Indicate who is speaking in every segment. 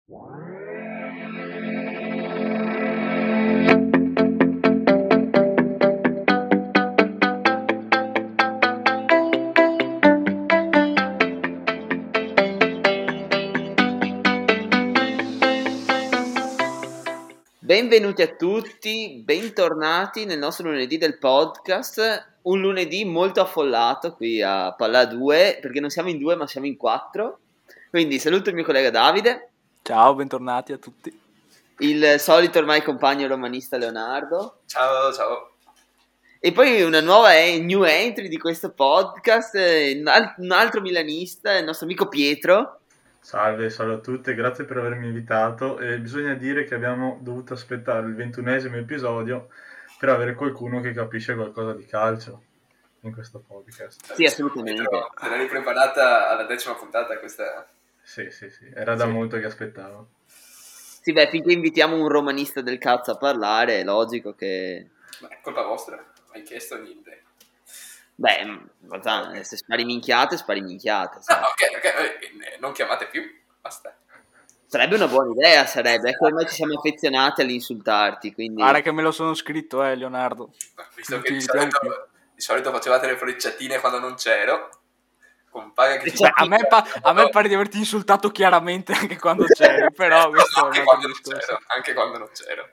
Speaker 1: Benvenuti a tutti, bentornati nel nostro lunedì del podcast, un lunedì molto affollato qui a Palla 2, perché non siamo in due ma siamo in quattro, quindi saluto il mio collega Davide.
Speaker 2: Ciao, bentornati a tutti.
Speaker 1: Il solito ormai compagno romanista Leonardo.
Speaker 3: Ciao, ciao.
Speaker 1: E poi una nuova new entry di questo podcast, un altro milanista, il nostro amico Pietro.
Speaker 4: Salve a tutti, grazie per avermi invitato. Bisogna dire che abbiamo dovuto aspettare il 21esimo episodio per avere qualcuno che capisce qualcosa di calcio in questo podcast.
Speaker 1: Sì, assolutamente.
Speaker 3: Te l'hai preparata alla 10ª puntata questa?
Speaker 4: Sì, era da molto che aspettavo.
Speaker 1: Sì, beh, finché invitiamo un romanista del cazzo a parlare, è logico che...
Speaker 3: Beh, è colpa vostra, hai chiesto niente.
Speaker 1: Beh, se spari minchiate.
Speaker 3: No,
Speaker 1: Sai.
Speaker 3: ok, non chiamate più, basta.
Speaker 1: Sarebbe una buona idea, sarebbe. Ecco, ormai ci siamo affezionati all'insultarti, quindi...
Speaker 2: Guarda che me lo sono scritto, Leonardo.
Speaker 3: Visto che di solito facevate le frecciatine quando non c'ero, compaga che
Speaker 2: Beh, a me pare di averti insultato chiaramente anche quando c'eri, però questo
Speaker 3: anche
Speaker 2: è un
Speaker 3: quando
Speaker 2: altro
Speaker 3: non
Speaker 2: discorso.
Speaker 3: c'ero, anche quando non c'ero.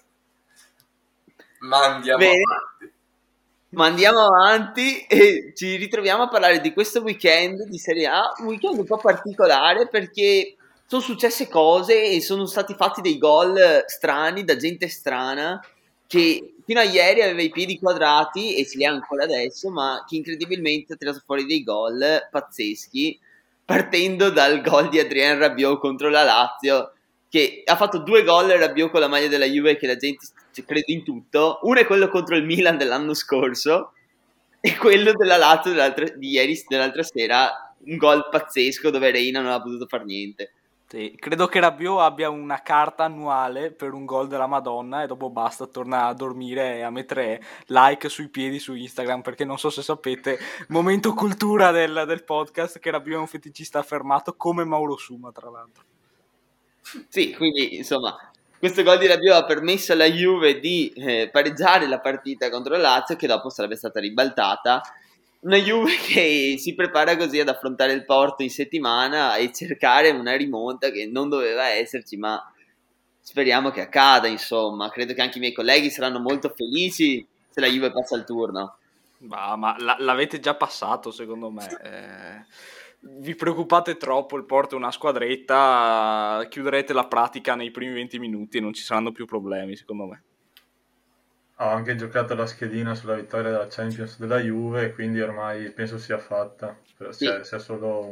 Speaker 3: Ma andiamo
Speaker 1: Bene.
Speaker 3: avanti.
Speaker 1: Ma andiamo avanti e ci ritroviamo a parlare di questo weekend di Serie A, un weekend un po' particolare perché sono successe cose e sono stati fatti dei gol strani da gente strana che fino a ieri aveva i piedi quadrati e ce li ha ancora adesso, ma che incredibilmente ha tirato fuori dei gol pazzeschi, partendo dal gol di Adrien Rabiot contro la Lazio, che ha fatto 2 gol Rabiot con la maglia della Juve, che la gente crede in tutto. Uno è quello contro il Milan dell'anno scorso e quello della Lazio dell'altra sera, un gol pazzesco dove Reina non ha potuto fare niente.
Speaker 2: Sì, credo che Rabiot abbia una carta annuale per un gol della Madonna e dopo basta, torna a dormire e a mettere like sui piedi su Instagram, perché non so se sapete, momento cultura del podcast, che Rabiot è un feticista affermato come Mauro Suma, tra l'altro.
Speaker 1: Sì, quindi insomma questo gol di Rabiot ha permesso alla Juve di pareggiare la partita contro la Lazio, che dopo sarebbe stata ribaltata. Una Juve che si prepara così ad affrontare il Porto in settimana e cercare una rimonta che non doveva esserci, ma speriamo che accada, insomma. Credo che anche i miei colleghi saranno molto felici se la Juve passa il turno.
Speaker 2: Ma l'avete già passato, secondo me. Vi preoccupate troppo, il Porto è una squadretta, chiuderete la pratica nei primi 20 minuti e non ci saranno più problemi, secondo me.
Speaker 4: Ho anche giocato la schedina sulla vittoria della Champions della Juve, quindi ormai penso sia fatta,
Speaker 1: Sì.
Speaker 4: sia solo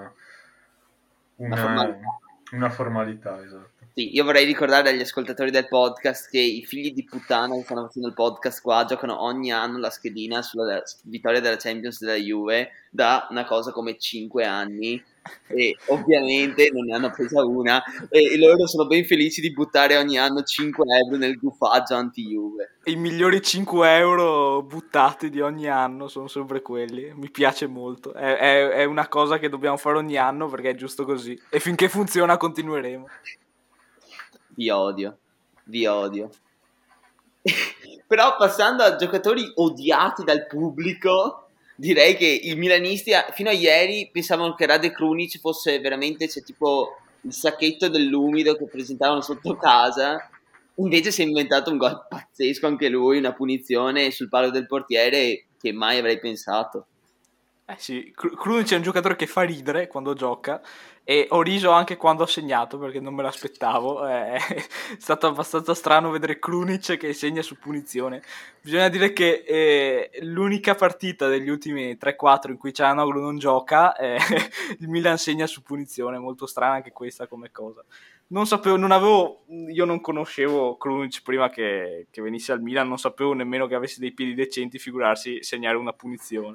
Speaker 1: Formalità.
Speaker 4: una formalità, esatto.
Speaker 1: Sì, io vorrei ricordare agli ascoltatori del podcast che i figli di puttana che stanno facendo il podcast qua giocano ogni anno la schedina sulla vittoria della Champions della Juve da una cosa come 5 anni e ovviamente non ne hanno presa una e loro sono ben felici di buttare ogni anno 5 euro nel gufaggio anti-Juve.
Speaker 2: I migliori 5 euro buttati di ogni anno sono sempre quelli, mi piace molto, è una cosa che dobbiamo fare ogni anno perché è giusto così e finché funziona continueremo.
Speaker 1: Vi odio. Però passando a giocatori odiati dal pubblico, direi che i milanisti fino a ieri pensavano che Rade Krunic fosse veramente tipo il sacchetto dell'umido che presentavano sotto casa. Invece si è inventato un gol pazzesco anche lui, una punizione sul palo del portiere che mai avrei pensato.
Speaker 2: Sì, Krunic è un giocatore che fa ridere quando gioca e ho riso anche quando ha segnato perché non me l'aspettavo, è stato abbastanza strano vedere Krunic che segna su punizione. Bisogna dire che l'unica partita degli ultimi 3-4 in cui Çalhanoğlu non gioca, il Milan segna su punizione, molto strana anche questa come cosa. Io non conoscevo Krunic prima che venisse al Milan, non sapevo nemmeno che avesse dei piedi decenti, figurarsi segnare una punizione.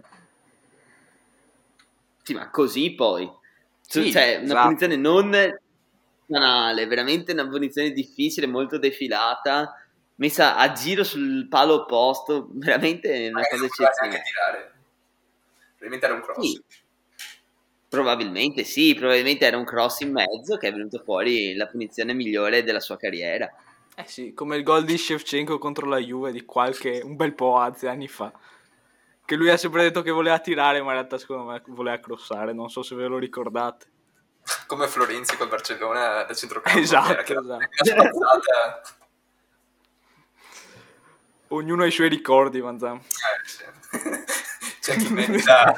Speaker 1: Sì, ma così poi
Speaker 2: Sì,
Speaker 1: cioè una
Speaker 2: esatto.
Speaker 1: punizione non banale, veramente una punizione difficile, molto defilata, messa a giro sul palo opposto, veramente una cosa
Speaker 3: Non
Speaker 1: eccezionale.
Speaker 3: neanche tirare. Probabilmente era un cross.
Speaker 1: Sì. Probabilmente sì, probabilmente era un cross in mezzo che è venuto fuori la punizione migliore della sua carriera.
Speaker 2: Sì, come il gol di Shevchenko contro la Juve di un bel po', anzi, anni fa. Che lui ha sempre detto che voleva tirare, ma in realtà secondo me voleva crossare, non so se ve lo ricordate.
Speaker 3: Come Florenzi col Barcellona da centrocampo.
Speaker 2: Esatto,
Speaker 3: che era
Speaker 2: esatto.
Speaker 3: una spazzata.
Speaker 2: Ognuno ha i suoi ricordi, Manzan.
Speaker 3: Sì. C'è chi merita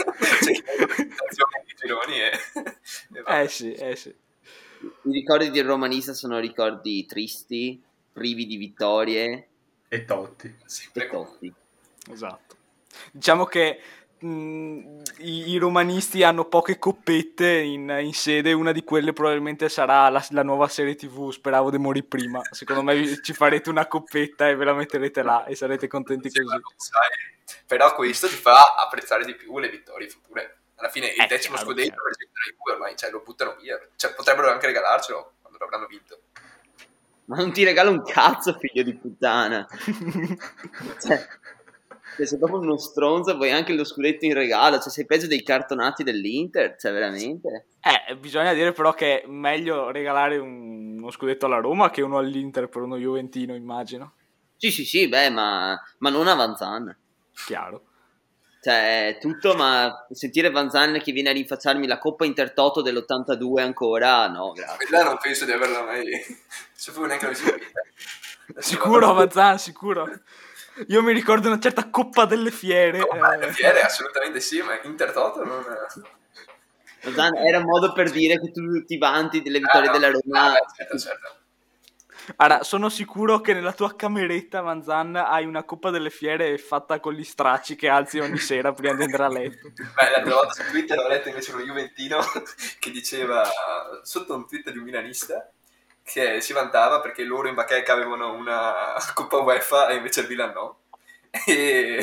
Speaker 3: di gironi e
Speaker 2: sì.
Speaker 1: I ricordi del romanista sono ricordi tristi, privi di vittorie
Speaker 4: E Totti.
Speaker 1: e tosti.
Speaker 2: Esatto. Diciamo che i romanisti hanno poche coppette in sede, una di quelle probabilmente sarà la nuova serie TV, speravo di morire prima. Secondo me ci farete una coppetta e ve la metterete là e sarete contenti così.
Speaker 3: Però questo ti fa apprezzare di più le vittorie future. Alla fine il 10° scudetto per la Juve ormai lo buttano via. Potrebbero anche regalarcelo quando l'avranno vinto.
Speaker 1: Ma non ti regalo un cazzo, figlio di puttana. Se sei proprio uno stronzo, vuoi anche lo scudetto in regalo, sei peggio dei cartonati dell'Inter, veramente.
Speaker 2: Bisogna dire però che è meglio regalare uno scudetto alla Roma che uno all'Inter per uno juventino, immagino.
Speaker 1: Sì, ma non a Van Zan.
Speaker 2: Chiaro.
Speaker 1: Tutto, ma sentire Van Zan che viene a rinfacciarmi la Coppa Intertoto dell'82 ancora, no, grazie.
Speaker 3: Quella non penso di averla mai... sapevo neanche la visibilità.
Speaker 2: Sicuro, Van Zan, sicuro. Io mi ricordo una certa Coppa delle Fiere.
Speaker 3: Coppa delle Fiere, assolutamente sì, ma Intertoto non...
Speaker 1: Van Zan era un modo per dire che tu ti vanti delle vittorie della Roma.
Speaker 3: Certo.
Speaker 2: Allora, sono sicuro che nella tua cameretta, Manzan, hai una Coppa delle Fiere fatta con gli stracci che alzi ogni sera prima di andare a letto.
Speaker 3: Beh, l'altra volta su Twitter ho letto invece uno juventino che diceva, sotto un tweet di un milanista, che si vantava perché loro in bacheca avevano una Coppa UEFA e invece il Milan no. E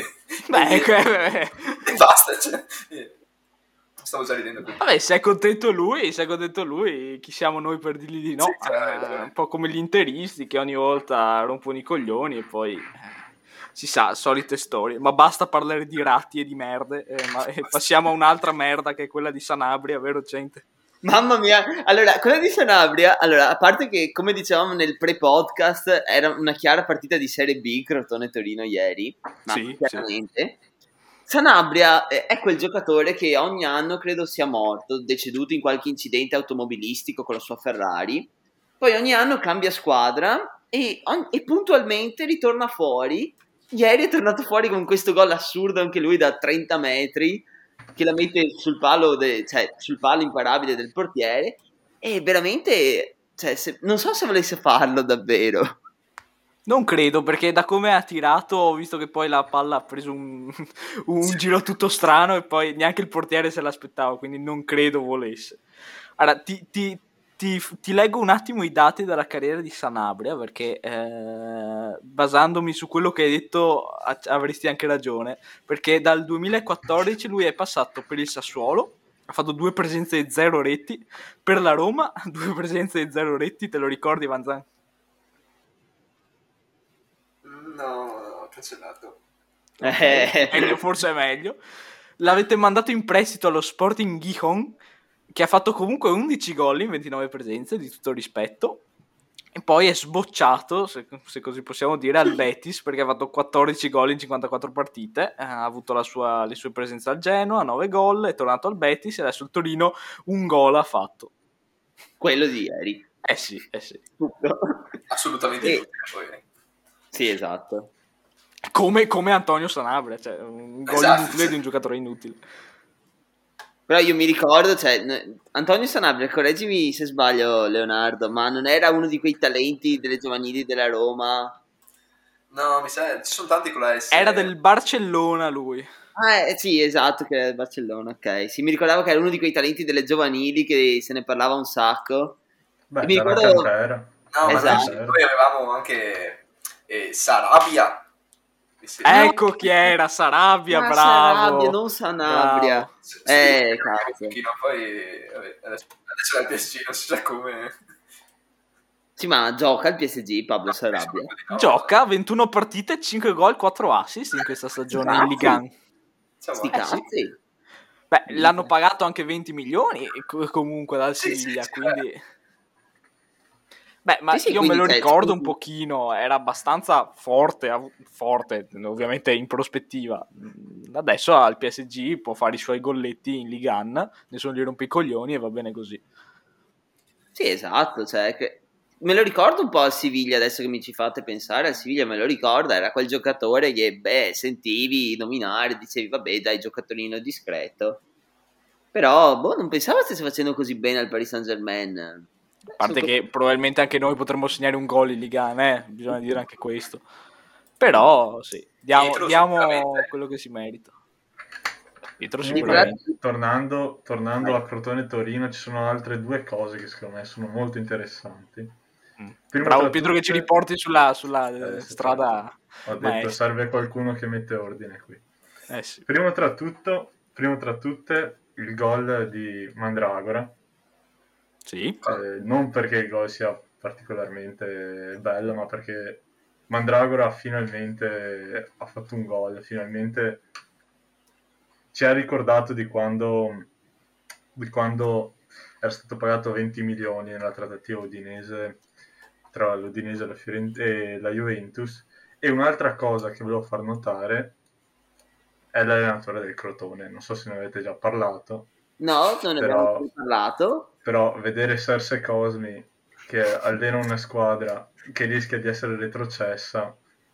Speaker 3: basta, stavo già ridendo.
Speaker 2: Vabbè, se è contento lui, chi siamo noi per dirgli di no?
Speaker 3: Sì, chiaro.
Speaker 2: Un po' come gli interisti che ogni volta rompono i coglioni e poi si sa, solite storie. Ma basta parlare di ratti e di merde, passiamo a un'altra merda che è quella di Sanabria, vero gente?
Speaker 1: Mamma mia, allora, quella di Sanabria, a parte che, come dicevamo nel pre-podcast, era una chiara partita di Serie B, Crotone-Torino ieri, ma
Speaker 2: sì,
Speaker 1: chiaramente. Sì. Sanabria è quel giocatore che ogni anno credo sia morto, deceduto in qualche incidente automobilistico con la sua Ferrari, poi ogni anno cambia squadra e puntualmente ritorna fuori. Ieri è tornato fuori con questo gol assurdo anche lui da 30 metri, che la mette sul palo, sul palo imparabile del portiere, e veramente, non so se volesse farlo davvero.
Speaker 2: Non credo, perché da come ha tirato ho visto che poi la palla ha preso un giro tutto strano e poi neanche il portiere se l'aspettava, quindi non credo volesse. Allora, ti leggo un attimo i dati della carriera di Sanabria, perché basandomi su quello che hai detto avresti anche ragione, perché dal 2014 lui è passato per il Sassuolo, ha fatto 2 presenze e 0 reti, per la Roma 2 presenze e 0 reti, te lo ricordi, Vanzan?
Speaker 3: No, cancellato.
Speaker 2: Forse è meglio. L'avete mandato in prestito allo Sporting Gijón, che ha fatto comunque 11 gol in 29 presenze, di tutto rispetto, e poi è sbocciato, se così possiamo dire, al Betis, perché ha fatto 14 gol in 54 partite, ha avuto le sue presenze al Genoa, 9 gol, è tornato al Betis e adesso il Torino un gol ha fatto.
Speaker 1: Quello di ieri.
Speaker 2: Sì.
Speaker 3: Assolutamente inutile poi.
Speaker 1: Sì, esatto.
Speaker 2: Come Antonio Sanabria, cioè un gol inutile di un giocatore inutile.
Speaker 1: Però io mi ricordo, Antonio Sanabria, correggimi se sbaglio Leonardo, ma non era uno di quei talenti delle giovanili della Roma?
Speaker 3: No, mi sa, ci sono tanti con la S.
Speaker 2: Era del Barcellona lui.
Speaker 1: Sì, esatto, che era del Barcellona, ok. Sì, mi ricordavo che era uno di quei talenti delle giovanili che se ne parlava un sacco.
Speaker 4: Beh,
Speaker 1: mi ricordo...
Speaker 3: No, esatto. Ma noi avevamo anche Sarabia.
Speaker 2: Ecco chi era, Sarabia, bravo.
Speaker 1: Sarabia, non Sanabria.
Speaker 2: Bravo.
Speaker 1: Cazzo.
Speaker 3: Poi adesso è il PSG, non si sa come.
Speaker 1: Sì, ma gioca il PSG, Pablo Sarabia.
Speaker 2: Gioca 21 partite, 5 gol, 4 assist in questa stagione in Ligue 1.
Speaker 1: Sti cazzi.
Speaker 2: Beh, l'hanno pagato anche 20 milioni comunque dal
Speaker 3: Sì,
Speaker 2: Siviglia,
Speaker 3: sì,
Speaker 2: quindi... Beh, ma
Speaker 1: Sì,
Speaker 2: io me
Speaker 1: quindi
Speaker 2: lo ricordo un
Speaker 1: tu-
Speaker 2: pochino, era abbastanza forte, forte, ovviamente in prospettiva. Adesso al PSG può fare i suoi golletti in Ligue 1, nessuno gli rompe i coglioni e va bene così.
Speaker 1: Sì, esatto, cioè, me lo ricordo un po' al Siviglia, adesso che mi ci fate pensare, al Siviglia me lo ricorda, era quel giocatore che, sentivi nominare, dicevi, vabbè, dai, giocatorino discreto. Però, non pensavo stesse facendo così bene al Paris Saint-Germain.
Speaker 2: A parte che probabilmente anche noi potremmo segnare un gol in Ligue 1, bisogna dire anche questo. Però, sì,
Speaker 3: Pietro
Speaker 2: diamo
Speaker 3: sicuramente.
Speaker 2: quello che si merita. Pietro
Speaker 4: Comunque,
Speaker 2: sicuramente.
Speaker 4: tornando a Crotone e Torino, ci sono altre due cose che secondo me sono molto interessanti. Primo
Speaker 2: Bravo
Speaker 4: tra
Speaker 2: Pietro che ci
Speaker 4: tutte,
Speaker 2: riporti sulla
Speaker 4: sì,
Speaker 2: strada
Speaker 4: certo. Ho detto
Speaker 2: maestra.
Speaker 4: serve qualcuno che mette ordine qui.
Speaker 2: Sì.
Speaker 4: Primo tra tutte il gol di Mandragora.
Speaker 2: Sì.
Speaker 4: Non perché il gol sia particolarmente bello, ma perché Mandragora finalmente ha fatto un gol, finalmente ci ha ricordato di quando era stato pagato 20 milioni nella trattativa udinese tra l'Udinese e la Juventus. E un'altra cosa che volevo far notare è l'allenatore del Crotone, non so se ne avete già parlato,
Speaker 1: No, non ne abbiamo
Speaker 4: però,
Speaker 1: ancora parlato.
Speaker 4: però vedere Serse Cosmi che allena una squadra che rischia di essere retrocessa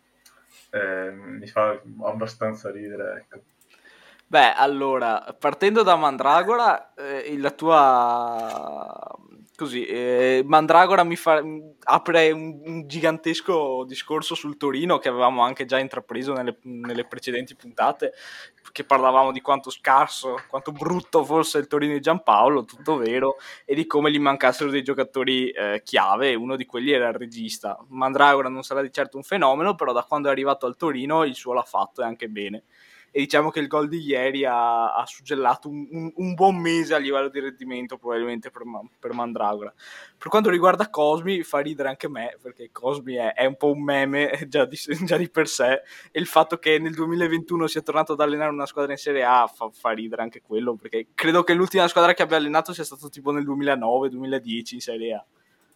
Speaker 4: mi fa abbastanza ridere, ecco.
Speaker 2: Beh, allora, partendo da Mandragora, la tua... Così, Mandragora apre un gigantesco discorso sul Torino che avevamo anche già intrapreso nelle precedenti puntate, che parlavamo di quanto scarso, quanto brutto fosse il Torino di Giampaolo, tutto vero, e di come gli mancassero dei giocatori chiave, e uno di quelli era il regista. Mandragora non sarà di certo un fenomeno, però da quando è arrivato al Torino il suo l'ha fatto e anche bene. E diciamo che il gol di ieri ha suggellato un buon mese a livello di rendimento probabilmente per Mandragora. Per quanto riguarda Cosmi fa ridere anche me, perché Cosmi è un po' un meme già di per sé, e il fatto che nel 2021 sia tornato ad allenare una squadra in Serie A fa ridere anche quello, perché credo che l'ultima squadra che abbia allenato sia stato tipo nel 2009-2010 in Serie A.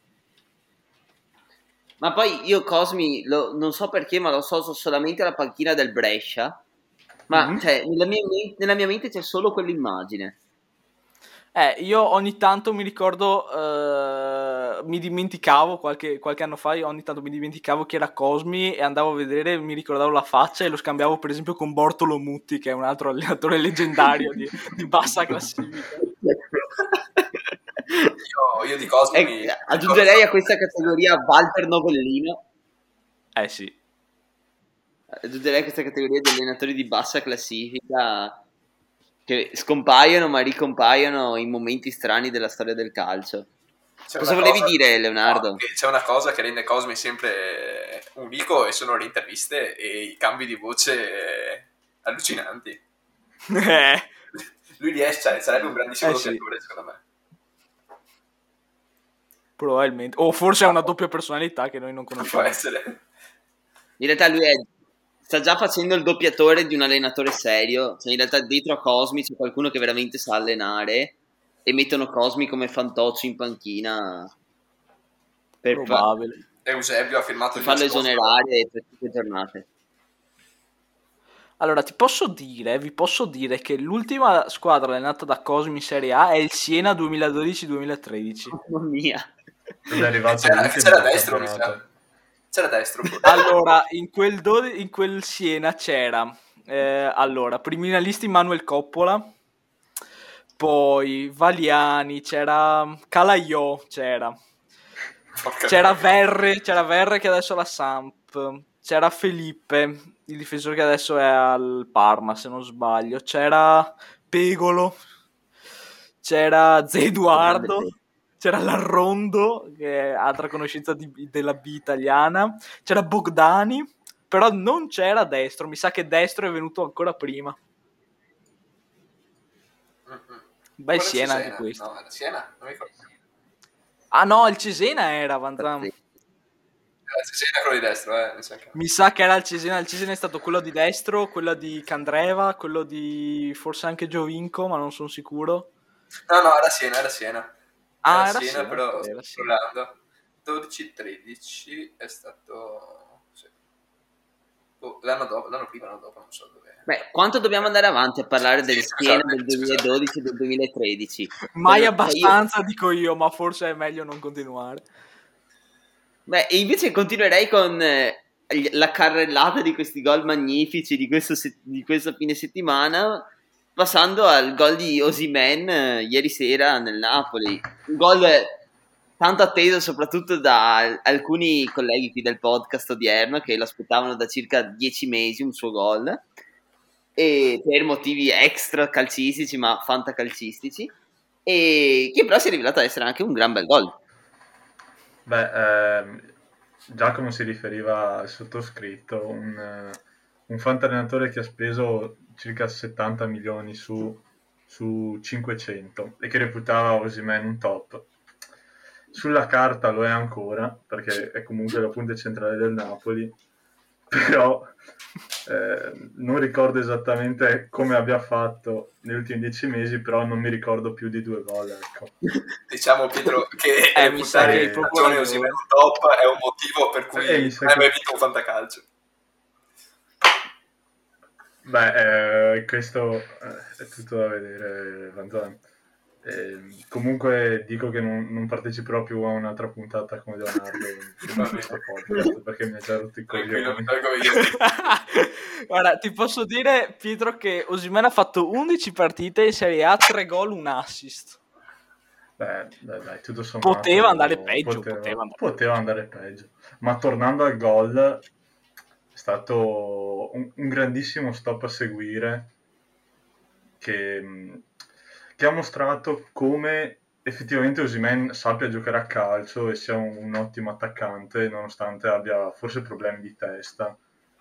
Speaker 1: Ma poi io Cosmi, non so perché, ma lo so solamente alla panchina del Brescia. Ma,
Speaker 2: Mm-hmm.
Speaker 1: cioè, nella mia mente c'è solo quell'immagine.
Speaker 2: Io ogni tanto mi ricordo, mi dimenticavo qualche anno fa, io ogni tanto mi dimenticavo che era Cosmi e andavo a vedere, mi ricordavo la faccia e lo scambiavo per esempio con Bortolo Mutti, che è un altro allenatore leggendario di bassa classifica.
Speaker 3: Io di Cosmi mi ricordo
Speaker 1: Aggiungerei a
Speaker 3: solo
Speaker 1: questa
Speaker 3: questa.
Speaker 1: categoria Walter Novellino.
Speaker 2: Sì.
Speaker 1: Aggiungerei a questa categoria di allenatori di bassa classifica che scompaiono ma ricompaiono in momenti strani della storia del calcio.
Speaker 3: C'è
Speaker 1: Cosa
Speaker 3: una
Speaker 1: volevi
Speaker 3: cosa,
Speaker 1: dire,
Speaker 3: no,
Speaker 1: Leonardo?
Speaker 3: che c'è una cosa che rende Cosmi sempre unico e sono le interviste e i cambi di voce allucinanti. Lui riesce, cioè, sarebbe un grandissimo
Speaker 2: Sì,
Speaker 3: doppiatore, secondo me.
Speaker 2: probabilmente. O forse ha una doppia personalità che noi non
Speaker 3: Può
Speaker 2: conosciamo.
Speaker 3: essere.
Speaker 1: In realtà sta già facendo il doppiatore di un allenatore serio. Cioè, in realtà dietro a Cosmi c'è qualcuno che veramente sa allenare e mettono Cosmi come fantoccio in panchina per,
Speaker 2: Probabile.
Speaker 3: Eusebio ha firmato
Speaker 1: per
Speaker 3: di
Speaker 1: farlo
Speaker 3: nascosto.
Speaker 1: esonerare per tutte le giornate.
Speaker 2: Allora, vi posso dire che l'ultima squadra allenata da Cosmi in Serie A è il Siena 2012-2013.
Speaker 1: Mamma mia.
Speaker 4: Ed è arrivato
Speaker 3: Che
Speaker 4: ultimo
Speaker 3: c'era
Speaker 4: nel
Speaker 3: destro, mi sa.
Speaker 4: campionato.
Speaker 3: C'era destro.
Speaker 2: Allora, in quel Siena c'era, allora, criminalisti Manuel Coppola, poi Valiani, c'era Calaiò, c'era Verre che adesso è alla Samp, c'era Felipe, il difensore che adesso è al Parma, se non sbaglio, c'era Pegolo, c'era
Speaker 1: Grande
Speaker 2: Zeduardo,
Speaker 1: Pedro.
Speaker 2: c'era Larrondo, che è altra conoscenza della B italiana, c'era Bogdani, però non c'era Destro, mi sa che Destro è venuto ancora prima. Bel
Speaker 3: Quello
Speaker 2: Siena anche
Speaker 3: Cesena.
Speaker 2: questo.
Speaker 3: No, era Siena? Non mi ricordo.
Speaker 2: Ah no, il Cesena era Van Zandt.
Speaker 1: Pazzesco.
Speaker 3: Cesena quello di destro, mi sa che...
Speaker 2: Mi sa che era il Cesena è stato quello di destro, quello di Candreva, quello di forse anche Giovinco, ma non sono sicuro.
Speaker 3: No, era Siena. Era
Speaker 2: Ah, era
Speaker 3: Siena,
Speaker 2: Siena,
Speaker 3: però
Speaker 2: ok,
Speaker 3: sto
Speaker 2: era Siena.
Speaker 3: controllando. 12-13 è stato... Sì. L'anno prima, l'anno dopo, non so dove.
Speaker 1: Beh, quanto dobbiamo andare avanti a parlare del Siena
Speaker 3: Scusate,
Speaker 1: del 2012 e del 2013?
Speaker 2: Mai
Speaker 1: Cioè,
Speaker 2: abbastanza, dico io, ma forse è meglio non continuare.
Speaker 1: Beh, e invece continuerei con la carrellata di questi gol magnifici di questo fine settimana, passando al gol di Osimhen ieri sera nel Napoli. Un gol tanto atteso soprattutto da alcuni colleghi qui del podcast odierno che lo aspettavano da circa 10 mesi, un suo gol, e per motivi extra calcistici ma fantacalcistici, e che però si è rivelato essere anche un gran bel gol.
Speaker 4: Beh, Giacomo si riferiva al sottoscritto, un fantallenatore che ha speso circa 70 milioni su 500 e che reputava Osimhen un top. Sulla carta lo è ancora, perché è comunque la punta centrale del Napoli, però non ricordo esattamente come abbia fatto negli ultimi 10 mesi, però non mi ricordo più di 2 gol, ecco.
Speaker 3: Diciamo, Pietro, che
Speaker 2: mi sa che hai proprio ragione.
Speaker 3: Osimhen top è un motivo per cui non hai mai vinto un fantacalcio.
Speaker 4: Beh, questo è tutto da vedere, Vanzan. Comunque dico che non parteciperò più a un'altra puntata come Leonardo in questo podcast, perché mi ha già rotto i coglioni.
Speaker 2: Guarda, ti posso dire, Pietro, che Osimhen ha fatto 11 partite in Serie A, 3 gol, un assist.
Speaker 4: Beh, dai, tutto sommato
Speaker 2: Poteva andare peggio.
Speaker 4: Poteva andare peggio. Ma tornando al gol, è stato un grandissimo stop a seguire che ha mostrato come effettivamente Osimhen sappia giocare a calcio e sia un ottimo attaccante, nonostante abbia forse problemi di testa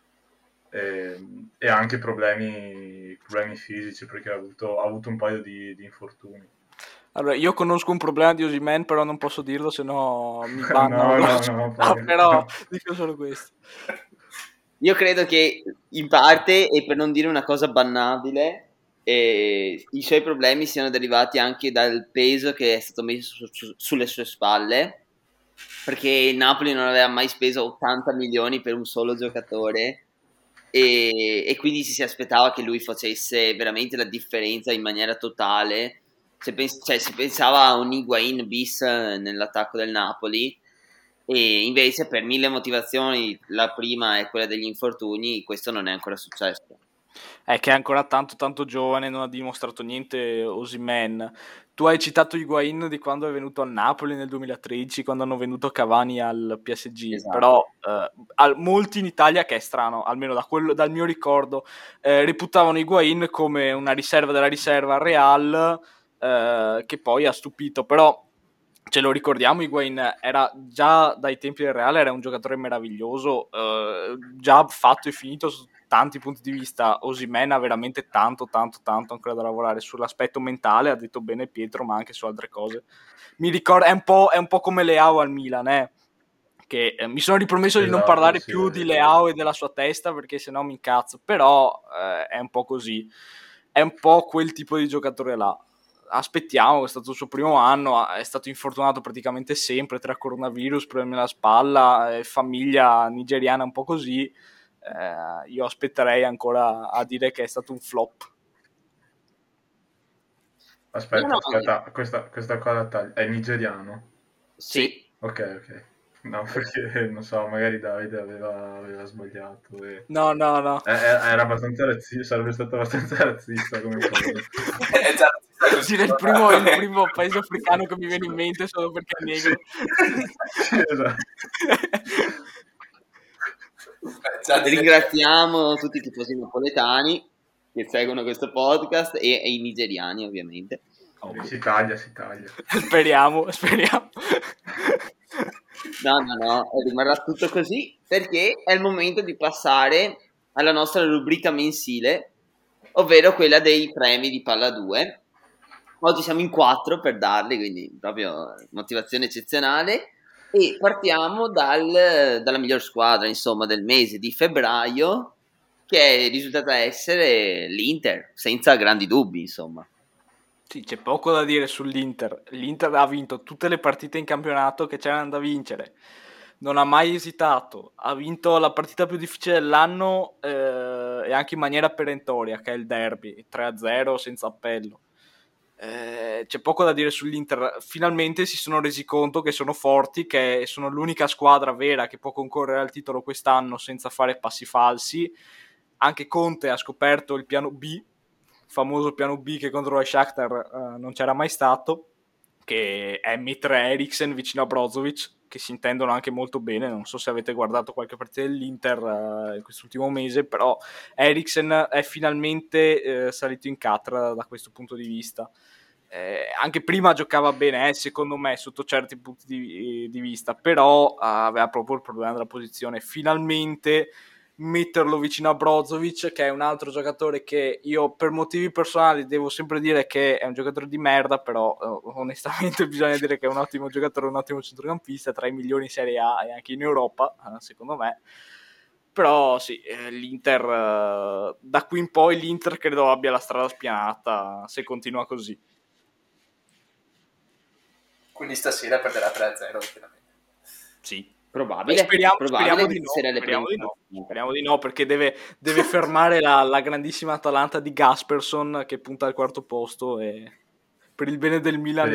Speaker 4: e anche problemi fisici, perché ha avuto un paio di infortuni.
Speaker 2: Allora, io conosco un problema di Osimhen, però non posso dirlo, se no mi bannano.
Speaker 4: No,
Speaker 2: però dico solo questo.
Speaker 1: Io credo che in parte, e per non dire una cosa bannabile, i suoi problemi siano derivati anche dal peso che è stato messo sulle sue spalle, perché il Napoli non aveva mai speso 80 milioni per un solo giocatore e quindi si aspettava che lui facesse veramente la differenza in maniera totale. Si pensava a un Higuain bis nell'attacco del Napoli, e invece per mille motivazioni, la prima è quella degli infortuni, questo non è ancora successo.
Speaker 2: È che è ancora tanto giovane, non ha dimostrato niente Osimhen. Tu hai citato Higuain di quando è venuto al Napoli nel 2013, quando hanno venuto Cavani al PSG,
Speaker 1: Esatto.
Speaker 2: Però molti in Italia, che è strano, almeno dal mio ricordo, reputavano Higuain come una riserva della riserva al Real, che poi ha stupito, però ce lo ricordiamo, Higuain era già dai tempi del Real, era un giocatore meraviglioso, già fatto e finito su tanti punti di vista. Osimhen ha veramente tanto ancora da lavorare sull'aspetto mentale, ha detto bene Pietro, ma anche su altre cose. Mi ricordo, è un po' come Leao al Milan, che mi sono ripromesso di non parlare più di Leao e della sua testa, perché sennò mi incazzo, però è un po' così, è un po' quel tipo di giocatore là. Aspettiamo, è stato il suo primo anno, è stato infortunato praticamente sempre tra coronavirus, problemi alla spalla, famiglia nigeriana un po' così. Io aspetterei ancora a dire che è stato un flop.
Speaker 4: Aspetta, questa cosa è nigeriano?
Speaker 1: Sì.
Speaker 4: Ok. No, perché non so, magari Davide aveva sbagliato.
Speaker 2: No.
Speaker 4: Era abbastanza razzista, sarebbe stato abbastanza razzista come cosa.
Speaker 2: Dire il primo paese africano che mi viene in mente solo perché è negro.
Speaker 4: Sì, esatto.
Speaker 1: Ringraziamo tutti i tifosi napoletani che seguono questo podcast e i nigeriani, ovviamente.
Speaker 4: Si taglia.
Speaker 2: Speriamo.
Speaker 1: No, rimarrà tutto così, perché è il momento di passare alla nostra rubrica mensile, ovvero quella dei premi di Palla 2. Oggi siamo in 4 per darli, quindi proprio motivazione eccezionale. E partiamo dalla miglior squadra, insomma, del mese di febbraio, che è risultata essere l'Inter, senza grandi dubbi, insomma.
Speaker 2: Sì, c'è poco da dire sull'Inter. L'Inter ha vinto tutte le partite in campionato che c'erano da vincere. Non ha mai esitato. Ha vinto la partita più difficile dell'anno e anche in maniera perentoria, che è il derby, 3-0 senza appello. C'è poco da dire sull'Inter. Finalmente si sono resi conto che sono forti, che sono l'unica squadra vera che può concorrere al titolo quest'anno senza fare passi falsi. Anche Conte ha scoperto il piano B, il famoso piano B che contro la Shakhtar non c'era mai stato, che è mettere Eriksen vicino a Brozovic, che si intendono anche molto bene. Non so se avete guardato qualche partita dell'Inter in quest'ultimo mese, però Eriksen è finalmente salito in cattedra da questo punto di vista. Anche prima giocava bene, secondo me, sotto certi punti di vista, però aveva proprio il problema della posizione. Finalmente metterlo vicino a Brozovic, che è un altro giocatore che io per motivi personali devo sempre dire che è un giocatore di merda, però onestamente bisogna dire che è un ottimo giocatore, un ottimo centrocampista, tra i migliori in Serie A e anche in Europa, secondo me. Però sì, l'Inter da qui in poi l'Inter credo abbia la strada spianata se continua così.
Speaker 3: Quindi stasera perderà 3-0 chiaramente.
Speaker 2: Sì.
Speaker 1: Probabile,
Speaker 2: Speriamo
Speaker 1: di
Speaker 2: Speriamo di no, perché deve fermare la grandissima Atalanta di Gasperson, che punta al quarto posto, e per il bene del Milan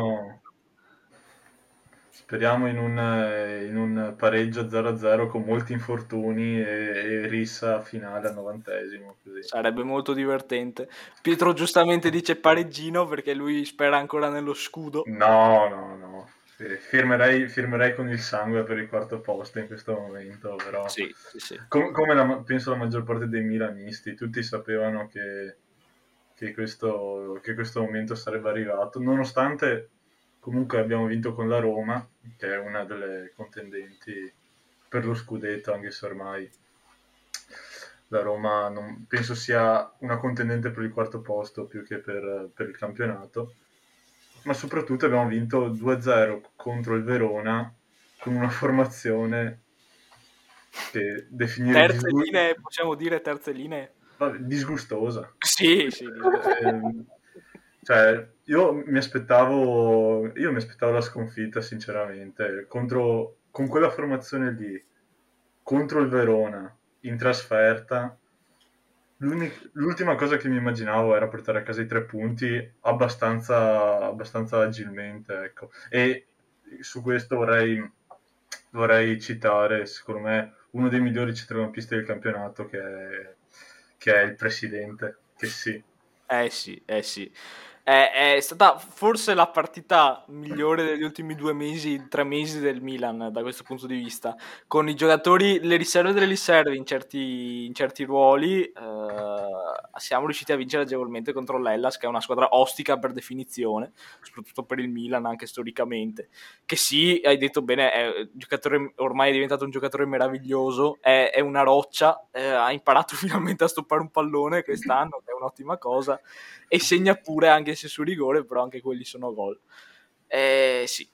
Speaker 4: Speriamo in un pareggio 0-0 con molti infortuni e rissa finale al 90esimo. Così.
Speaker 2: Sarebbe molto divertente. Pietro giustamente dice pareggino perché lui spera ancora nello scudo.
Speaker 4: No. Firmerei con il sangue per il quarto posto in questo momento, però
Speaker 2: Sì.
Speaker 4: come penso la maggior parte dei milanisti, tutti sapevano che questo momento sarebbe arrivato, nonostante comunque abbiamo vinto con la Roma, che è una delle contendenti per lo scudetto, anche se ormai la Roma non, penso sia una contendente per il quarto posto più che per il campionato, ma soprattutto abbiamo vinto 2-0 contro il Verona con una formazione che definire
Speaker 2: Terze linee, possiamo dire terze linee?
Speaker 4: disgustosa.
Speaker 2: Sì.
Speaker 4: Cioè, io mi aspettavo la sconfitta, sinceramente, con quella formazione lì, contro il Verona, in trasferta. L'ultima cosa che mi immaginavo era portare a casa i 3 punti abbastanza agilmente, ecco. E su questo vorrei citare, secondo me, uno dei migliori centrocampisti del campionato, che è il presidente, che sì.
Speaker 2: Sì. È stata forse la partita migliore degli ultimi 3 mesi del Milan da questo punto di vista, con i giocatori, le riserve delle riserve in certi ruoli. Siamo riusciti a vincere agevolmente contro l'Hellas, che è una squadra ostica per definizione, soprattutto per il Milan anche storicamente, che sì, hai detto bene, ormai è diventato un giocatore meraviglioso, è una roccia, ha imparato finalmente a stoppare un pallone quest'anno, che è un'ottima cosa, e segna pure, anche se su rigore, però anche quelli sono gol. Sì.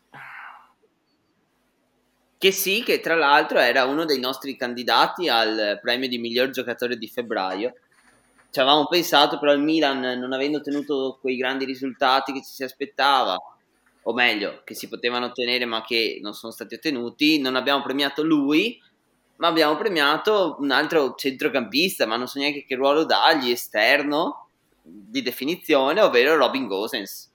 Speaker 1: Che tra l'altro era uno dei nostri candidati al premio di miglior giocatore di febbraio. Ci avevamo pensato, però il Milan, non avendo ottenuto quei grandi risultati che ci si aspettava, o meglio, che si potevano ottenere ma che non sono stati ottenuti, non abbiamo premiato lui, ma abbiamo premiato un altro centrocampista, ma non so neanche che ruolo dargli, esterno, di definizione, ovvero Robin Gosens,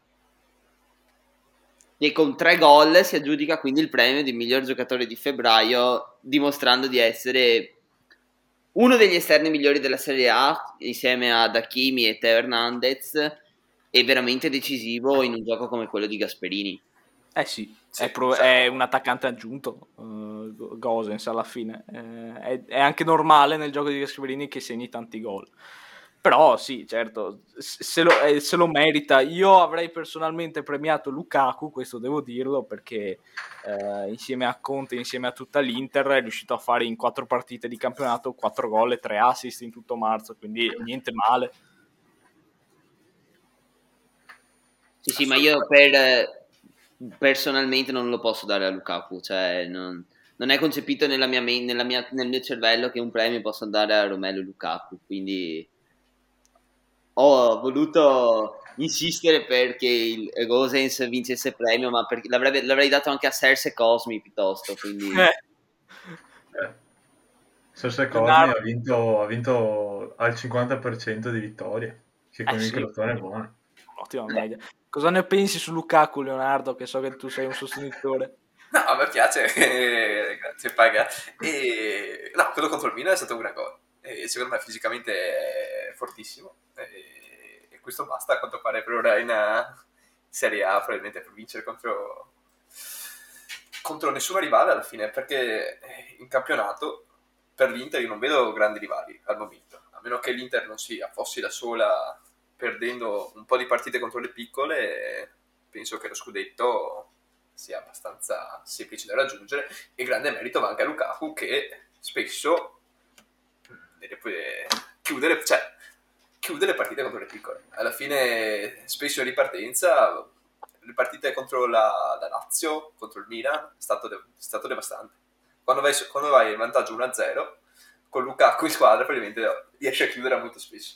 Speaker 1: che con 3 gol si aggiudica quindi il premio di miglior giocatore di febbraio, dimostrando di essere uno degli esterni migliori della Serie A, insieme ad Hakimi e Teo Hernandez, è veramente decisivo in un gioco come quello di Gasperini.
Speaker 2: Sì, è un attaccante aggiunto, Gosens alla fine. È anche normale nel gioco di Gasperini che segni tanti gol. Però sì, certo, se lo merita. Io avrei personalmente premiato Lukaku, questo devo dirlo, perché insieme a Conte, insieme a tutta l'Inter, è riuscito a fare in 4 partite di campionato 4 gol e 3 assist in tutto marzo, quindi niente male.
Speaker 1: Sì, ma io per personalmente non lo posso dare a Lukaku, cioè non è concepito nel mio cervello che un premio possa andare a Romelu Lukaku, quindi ho voluto insistere perché il Gosens vincesse il premio, ma perché l'avrei dato anche a Serse Cosmi piuttosto, quindi
Speaker 4: Serse Cosmi
Speaker 2: Leonardo.
Speaker 4: ha vinto al 50% di vittorie, che con il
Speaker 2: Sì,
Speaker 4: Crotone è buono.
Speaker 2: ottima media. Cosa ne pensi su Lukaku, Leonardo, che so che tu sei un sostenitore?
Speaker 3: No, a me piace, grazie, paga. E no, quello contro il Milan è stato un gran gol. E secondo me fisicamente è fortissimo. E questo basta a quanto pare per ora in Serie A, probabilmente per vincere contro nessuna rivale alla fine, perché in campionato per l'Inter io non vedo grandi rivali al momento, a meno che l'Inter non si affossi da sola perdendo un po' di partite contro le piccole. Penso che lo scudetto sia abbastanza semplice da raggiungere, e grande merito va anche a Lukaku, che spesso deve chiudere, cioè chiude le partite contro le piccole. Alla fine spesso in ripartenza le partite contro la Lazio, contro il Milan è stato devastante. Quando vai in vantaggio 1-0 con Lukaku in squadra, probabilmente riesce a chiudere molto spesso.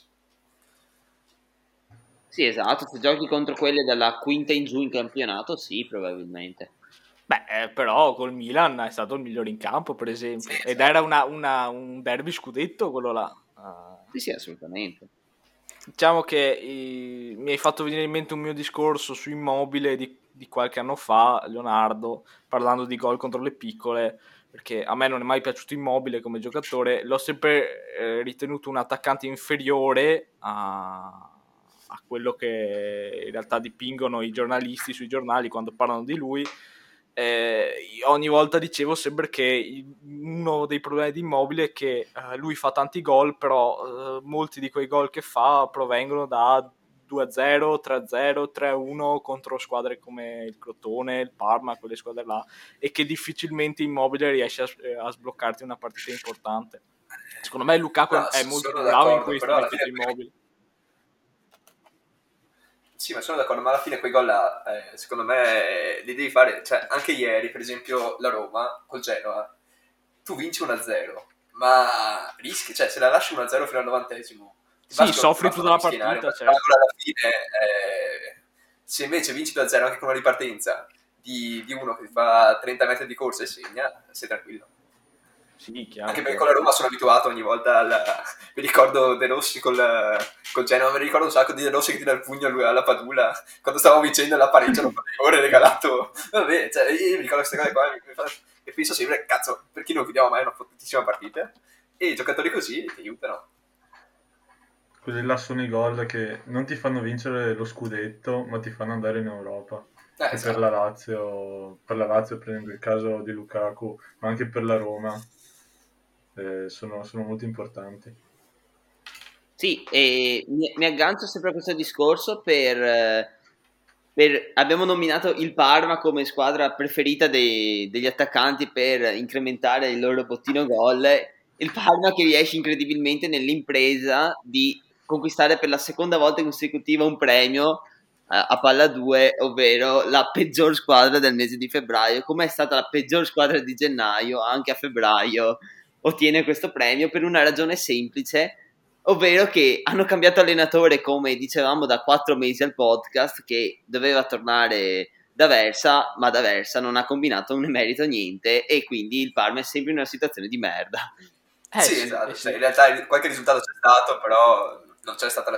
Speaker 1: sì, esatto, se giochi contro quelle dalla quinta in giù in campionato, sì, probabilmente.
Speaker 2: Beh, però col Milan è stato il migliore in campo, per esempio,
Speaker 3: Sì,
Speaker 2: ed
Speaker 3: esatto.
Speaker 2: era un derby scudetto quello là.
Speaker 1: Sì, sì, assolutamente.
Speaker 2: Diciamo che mi hai fatto venire in mente un mio discorso su Immobile di qualche anno fa, Leonardo, parlando di gol contro le piccole, perché a me non è mai piaciuto Immobile come giocatore, l'ho sempre ritenuto un attaccante inferiore a quello che in realtà dipingono i giornalisti sui giornali quando parlano di lui. Ogni volta dicevo sempre che uno dei problemi di Immobile è che lui fa tanti gol, però molti di quei gol che fa provengono da 2-0, 3-0, 3-1 contro squadre come il Crotone, il Parma, quelle squadre là, e che difficilmente Immobile riesce a sbloccarti una partita importante. Secondo me Lukaku
Speaker 3: No,
Speaker 2: è molto
Speaker 3: sono
Speaker 2: più bravo in
Speaker 3: d'accordo,
Speaker 2: questo
Speaker 3: però alla
Speaker 2: rispetto a
Speaker 3: fine
Speaker 2: Immobile.
Speaker 3: sì, ma sono d'accordo, ma alla fine quei gol là, secondo me, li devi fare, cioè, anche ieri, per esempio, la Roma, col Genoa, tu vinci 1-0, ma rischi, cioè, se la lasci 1-0 fino al 90esimo,
Speaker 2: Sì, soffri
Speaker 3: basta
Speaker 2: tutta
Speaker 3: una
Speaker 2: la
Speaker 3: mischianaria,
Speaker 2: partita,
Speaker 3: ma
Speaker 2: certo.
Speaker 3: alla fine, se invece vinci 2-0 anche con una ripartenza di uno che fa 30 metri di corsa e segna, sei tranquillo.
Speaker 2: Sì, chiaro,
Speaker 3: Anche perché
Speaker 2: chiaro.
Speaker 3: con la Roma sono abituato ogni volta mi ricordo De Rossi col Genoa, mi ricordo un sacco di De Rossi che tira il pugno alla Padula quando stavamo vincendo la pareggio, non ore regalato. Vabbè, cioè, io mi ricordo queste cose qua e penso sempre, cazzo, perché non chiudiamo mai una fottutissima partita? E i giocatori così ti aiutano.
Speaker 4: Quelli là sono i gol che non ti fanno vincere lo scudetto, ma ti fanno andare in Europa. Che
Speaker 3: Esatto.
Speaker 4: Per la Lazio prendo il caso di Lukaku, ma anche per la Roma, sono molto importanti.
Speaker 1: Sì, e mi aggancio sempre a questo discorso abbiamo nominato il Parma come squadra preferita degli attaccanti per incrementare il loro bottino gol. Il Parma che riesce incredibilmente nell'impresa di conquistare per la seconda volta consecutiva un premio a palla 2, ovvero la peggior squadra del mese di febbraio. Come è stata la peggior squadra di gennaio, anche a febbraio ottiene questo premio per una ragione semplice, ovvero che hanno cambiato allenatore, come dicevamo da 4 mesi al podcast, che doveva tornare da Versa, ma da Versa non ha combinato un emerito niente, e quindi il Parma è sempre in una situazione di merda.
Speaker 3: Sì,
Speaker 2: Sì,
Speaker 3: esatto, cioè,
Speaker 2: sì.
Speaker 3: in realtà qualche risultato c'è stato, però non c'è stato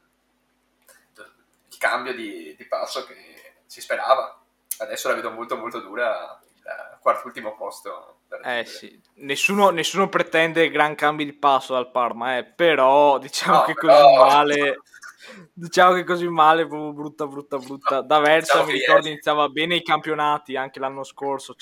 Speaker 3: il cambio di passo che si sperava. Adesso la vedo molto molto dura, il quarto ultimo posto da raggiungere.
Speaker 2: Sì, nessuno pretende gran cambi di passo dal Parma, però diciamo
Speaker 3: No,
Speaker 2: che
Speaker 3: però
Speaker 2: così male, diciamo che così male, proprio brutta, brutta, brutta. Da Versa
Speaker 3: diciamo
Speaker 2: mi
Speaker 3: che
Speaker 2: ricordo
Speaker 3: ieri,
Speaker 2: iniziava bene i campionati anche l'anno scorso,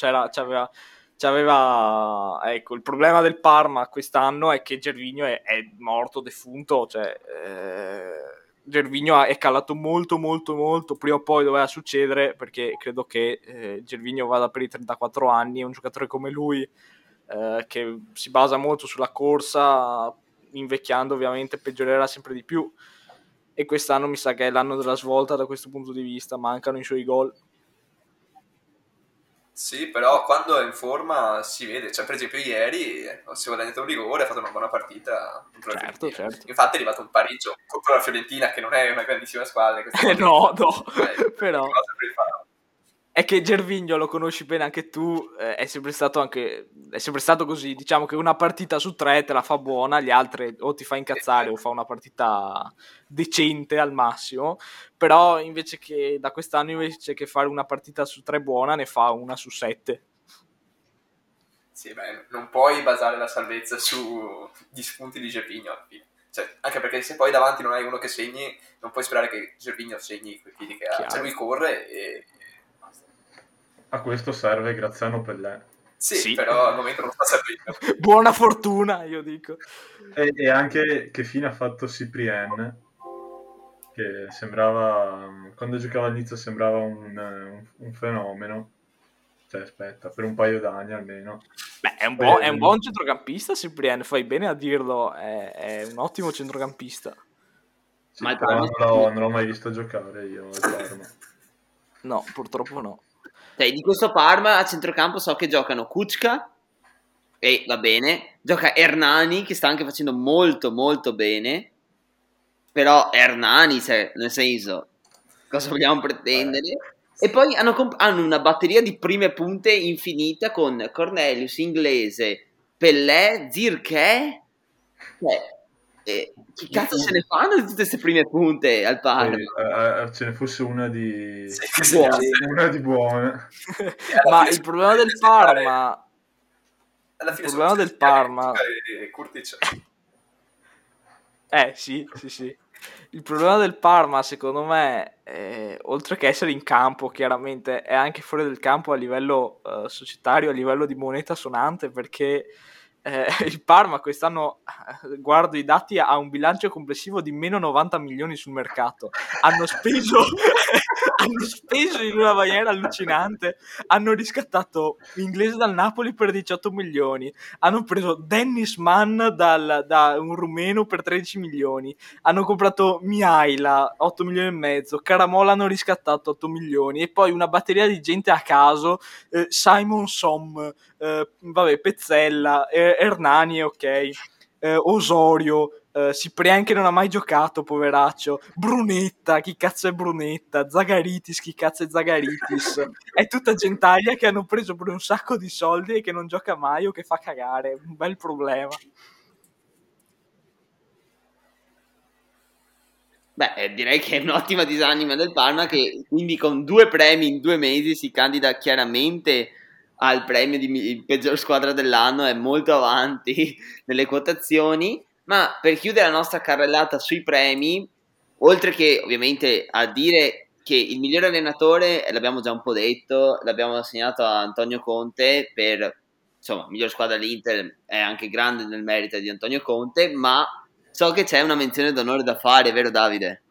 Speaker 2: ecco, il problema del Parma quest'anno è che Gervinho è morto, defunto, cioè Gervinho è calato molto molto molto, prima o poi doveva succedere, perché credo che Gervinho vada per i 34 anni, è un giocatore come lui che si basa molto sulla corsa, invecchiando ovviamente peggiorerà sempre di più, e quest'anno mi sa che è l'anno della svolta da questo punto di vista, mancano i suoi gol.
Speaker 3: Sì, però quando è in forma si vede, cioè per esempio ieri si è guadagnato un rigore, ha fatto una buona partita contro la
Speaker 2: Certo,
Speaker 3: Fiorentina.
Speaker 2: certo.
Speaker 3: Infatti è arrivato un pareggio contro la Fiorentina, che non è una grandissima squadra, queste cose
Speaker 2: No, no,
Speaker 3: però...
Speaker 2: però è che Gervinho lo conosci bene anche tu, è sempre stato così, diciamo che una partita su 3 te la fa buona, gli altri o ti fa incazzare o fa una partita decente al massimo, però invece che da quest'anno invece che fare una partita su 3 buona ne fa una su 7.
Speaker 3: Sì, beh, non puoi basare la salvezza sugli spunti di Gervinho alla fine. Cioè, anche perché se poi davanti non hai uno che segni, non puoi sperare che Gervinho segni quei tiri che ha.
Speaker 2: Chiaro.
Speaker 3: Cioè lui corre e basta.
Speaker 4: A questo serve Graziano Pellè.
Speaker 3: Sì, però al momento non sta servindo.
Speaker 2: Buona fortuna, io dico.
Speaker 4: E anche che fine ha fatto Cyprien, che sembrava, quando giocava all'inizio sembrava un fenomeno. Cioè, aspetta, per un paio d'anni almeno.
Speaker 2: Beh, è un
Speaker 4: Poi
Speaker 2: buon centrocampista, Cyprien, fai bene a dirlo, è un ottimo centrocampista.
Speaker 4: sì,
Speaker 1: Ma il
Speaker 4: però
Speaker 1: Parma
Speaker 4: non l'ho mai visto giocare io al Parma.
Speaker 2: No, purtroppo no.
Speaker 1: Cioè, di questo Parma a centrocampo so che giocano Kučka, e va bene, gioca Hernani che sta anche facendo molto molto bene, però Hernani, cioè, nel senso, cosa vogliamo pretendere? E poi hanno una batteria di prime punte infinita con Cornelius, Inglese, Pellè, Zirkzee, cioè, chi cazzo se ne fanno di tutte queste prime punte al Parma?
Speaker 4: Poi, ce ne fosse una di
Speaker 3: Sì, che
Speaker 1: Buone.
Speaker 4: una di buona.
Speaker 2: Ma il problema del Parma...
Speaker 3: Alla
Speaker 2: Il
Speaker 3: fine
Speaker 2: problema del Parma...
Speaker 3: Kurtic.
Speaker 2: Sì. Il problema del Parma, secondo me, oltre che essere in campo, chiaramente, è anche fuori del campo a livello societario, a livello di moneta sonante, perché il Parma quest'anno, guardo i dati, ha un bilancio complessivo di meno 90 milioni sul mercato. Hanno speso, hanno speso in una maniera allucinante. Hanno riscattato Inglese dal Napoli per 18 milioni. Hanno preso Dennis Mann da un rumeno per 13 milioni. Hanno comprato Mihaila 8 milioni e mezzo. Caramola hanno riscattato 8 milioni. E poi una batteria di gente a caso. Simon Som, Pezzella, Hernani, ok. Osorio, Cyprien che non ha mai giocato, poveraccio. Brunetta, chi cazzo è Brunetta? Zagaritis, chi cazzo è Zagaritis? È tutta gentaglia che hanno preso per un sacco di soldi e che non gioca mai o che fa cagare. Un bel problema.
Speaker 1: Beh, direi che è un'ottima disanima del Parma che quindi con 2 premi in 2 mesi si candida chiaramente al premio di peggior squadra dell'anno, è molto avanti nelle quotazioni, ma per chiudere la nostra carrellata sui premi, oltre che ovviamente a dire che il migliore allenatore, l'abbiamo già un po' detto, l'abbiamo assegnato a Antonio Conte per, insomma, miglior squadra dell'Inter, è anche grande nel merito di Antonio Conte, ma so che c'è una menzione d'onore da fare, vero Davide?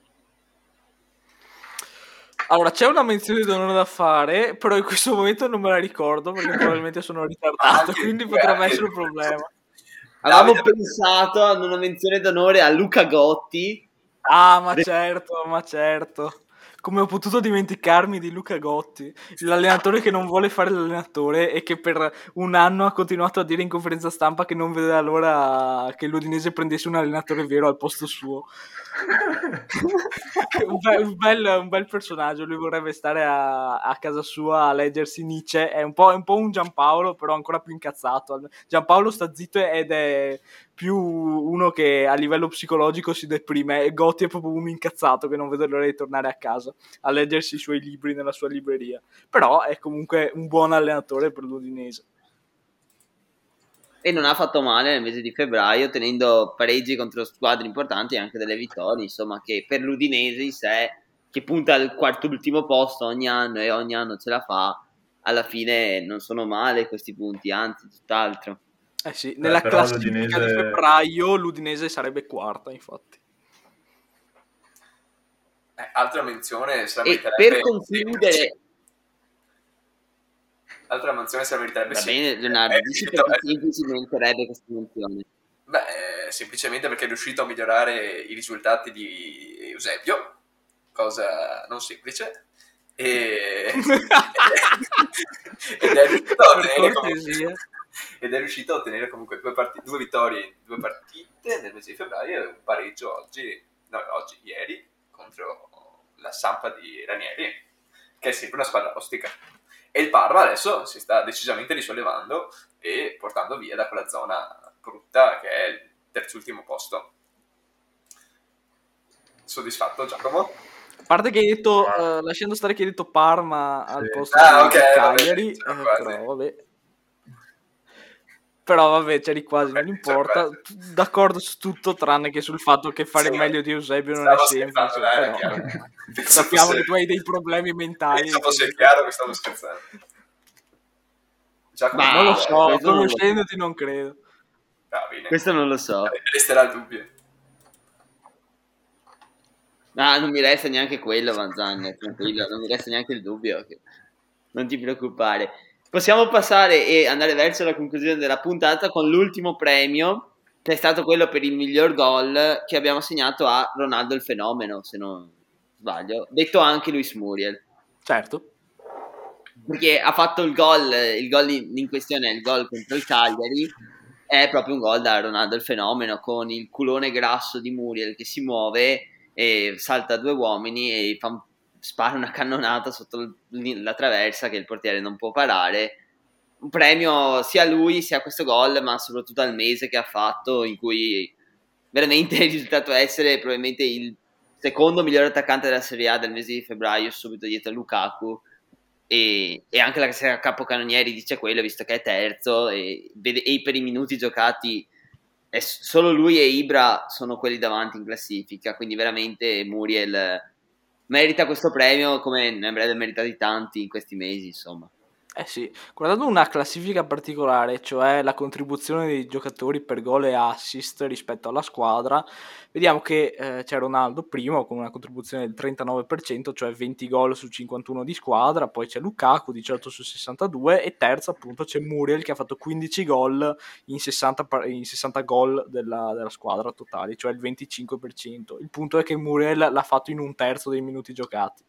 Speaker 2: Allora, c'è una menzione d'onore da fare, però in questo momento non me la ricordo perché probabilmente sono ritardato, quindi potrebbe essere un problema.
Speaker 1: Avevamo pensato ad una menzione d'onore a Luca Gotti.
Speaker 2: Ah, ma certo. Come ho potuto dimenticarmi di Luca Gotti, l'allenatore che non vuole fare l'allenatore e che per un anno ha continuato a dire in conferenza stampa che non vedeva l'ora che l'Udinese prendesse un allenatore vero al posto suo. un bel personaggio. Lui vorrebbe stare a casa sua a leggersi Nietzsche. È un po' un Giampaolo, però ancora più incazzato. Giampaolo sta zitto ed è più uno che a livello psicologico si deprime, e Gotti è proprio un incazzato che non vede l'ora di tornare a casa a leggersi i suoi libri nella sua libreria. Però è comunque un buon allenatore per l'Udinese.
Speaker 1: E non ha fatto male nel mese di febbraio, tenendo pareggi contro squadre importanti e anche delle vittorie, insomma, che per l'Udinese in sé, che punta al quarto ultimo posto ogni anno e ogni anno ce la fa, alla fine non sono male questi punti, anzi, tutt'altro.
Speaker 2: Sì, nella classifica di febbraio l'Udinese sarebbe quarta, infatti.
Speaker 3: Altra menzione se la
Speaker 1: E
Speaker 3: meriterebbe.
Speaker 1: per concludere,
Speaker 3: altra menzione se la meriterebbe.
Speaker 1: va bene, Leonardo, dici perché semplici meriterebbe questa menzione.
Speaker 3: Beh, semplicemente perché è riuscito a migliorare i risultati di Eusebio, cosa non semplice, e... ed è riuscito a ottenere comunque due vittorie in 2 partite nel mese di febbraio e un pareggio ieri contro la Sampa di Ranieri, che è sempre una squadra ostica, e il Parma adesso si sta decisamente risollevando e portando via da quella zona brutta che è il terzultimo posto. Soddisfatto, Giacomo?
Speaker 2: A parte che hai detto, lasciando stare che hai detto Parma al posto
Speaker 3: ok,
Speaker 2: di Cagliari,
Speaker 3: vabbè,
Speaker 2: però vabbè, c'eri quasi, non importa, d'accordo su tutto tranne che sul fatto che fare meglio di Eusebio non è semplice, però sappiamo che tu hai dei problemi mentali.
Speaker 3: Penso fosse chiaro che stavo scherzando.
Speaker 2: Giacomo, non lo so, conoscendoti non credo.
Speaker 3: Bene.
Speaker 1: Questo non lo so.
Speaker 3: Resterà il dubbio.
Speaker 1: Non mi resta neanche quello, Vanzagna, tranquillo, non mi resta neanche il dubbio. Non ti preoccupare. Possiamo passare e andare verso la conclusione della puntata con l'ultimo premio, che è stato quello per il miglior gol che abbiamo assegnato a Ronaldo il Fenomeno, se non sbaglio, detto anche Luis Muriel.
Speaker 2: Certo.
Speaker 1: Perché ha fatto il gol in questione, il gol contro il Cagliari, è proprio un gol da Ronaldo il Fenomeno, con il culone grasso di Muriel che si muove e salta 2 uomini e spara una cannonata sotto la traversa che il portiere non può parare. Un premio sia a lui sia a questo gol, ma soprattutto al mese che ha fatto, in cui veramente è risultato essere probabilmente il secondo miglior attaccante della Serie A del mese di febbraio, subito dietro a Lukaku, e anche la capocannonieri dice quello, visto che è terzo e per i minuti giocati solo lui e Ibra sono quelli davanti in classifica, quindi veramente Muriel merita questo premio come ne avrebbe meritati tanti in questi mesi, insomma.
Speaker 2: Sì, guardando una classifica particolare, cioè la contribuzione dei giocatori per gol e assist rispetto alla squadra, vediamo che c'è Ronaldo primo con una contribuzione del 39%, cioè 20 gol su 51 di squadra, poi c'è Lukaku 18 su 62 e terzo appunto c'è Muriel che ha fatto 15 gol in 60 gol della squadra totali, cioè il 25%. Il punto è che Muriel l'ha fatto in un terzo dei minuti giocati.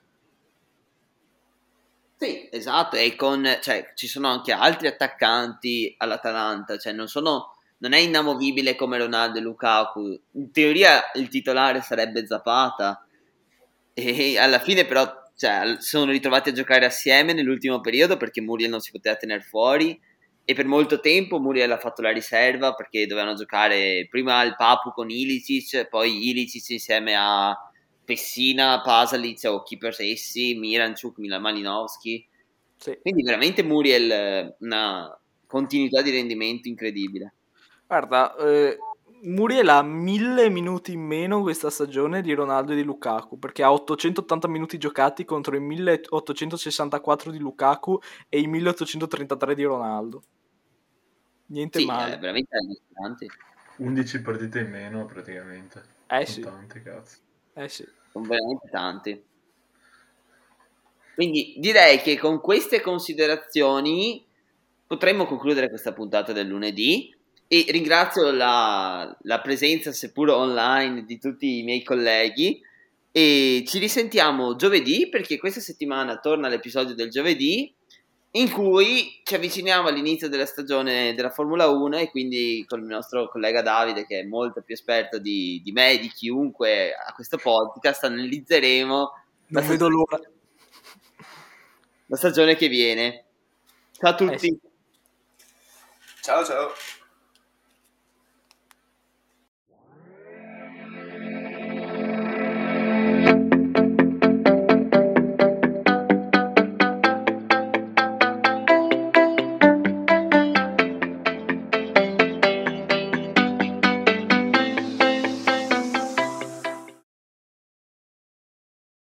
Speaker 1: Sì, esatto, e ci sono anche altri attaccanti all'Atalanta, non è inamovibile come Ronaldo e Lukaku. In teoria il titolare sarebbe Zapata, e alla fine però sono ritrovati a giocare assieme nell'ultimo periodo perché Muriel non si poteva tenere fuori, e per molto tempo Muriel ha fatto la riserva perché dovevano giocare prima il Papu con Ilicic, poi Ilicic insieme a Pessina, Pasalic o Keepers essi, Miranchuk, Malinowski.
Speaker 2: Sì.
Speaker 1: Quindi veramente Muriel una continuità di rendimento incredibile.
Speaker 2: Guarda, Muriel ha 1000 minuti in meno questa stagione di Ronaldo e di Lukaku, perché ha 880 minuti giocati contro i 1864 di Lukaku e i 1833 di Ronaldo. Niente male.
Speaker 1: È veramente allucinante.
Speaker 4: 11 partite in meno praticamente.
Speaker 2: Sì.
Speaker 4: Tanti, cazzo.
Speaker 2: Sì.
Speaker 1: Sono veramente tanti. Quindi direi che con queste considerazioni potremmo concludere questa puntata del lunedì, e ringrazio la presenza, seppur online, di tutti i miei colleghi, e ci risentiamo giovedì, perché questa settimana torna l'episodio del giovedì in cui ci avviciniamo all'inizio della stagione della Formula 1, e quindi con il nostro collega Davide, che è molto più esperto di me e di chiunque a questo podcast, analizzeremo
Speaker 2: non vedo l'ora
Speaker 1: la stagione che viene. Ciao a tutti.
Speaker 3: Ciao.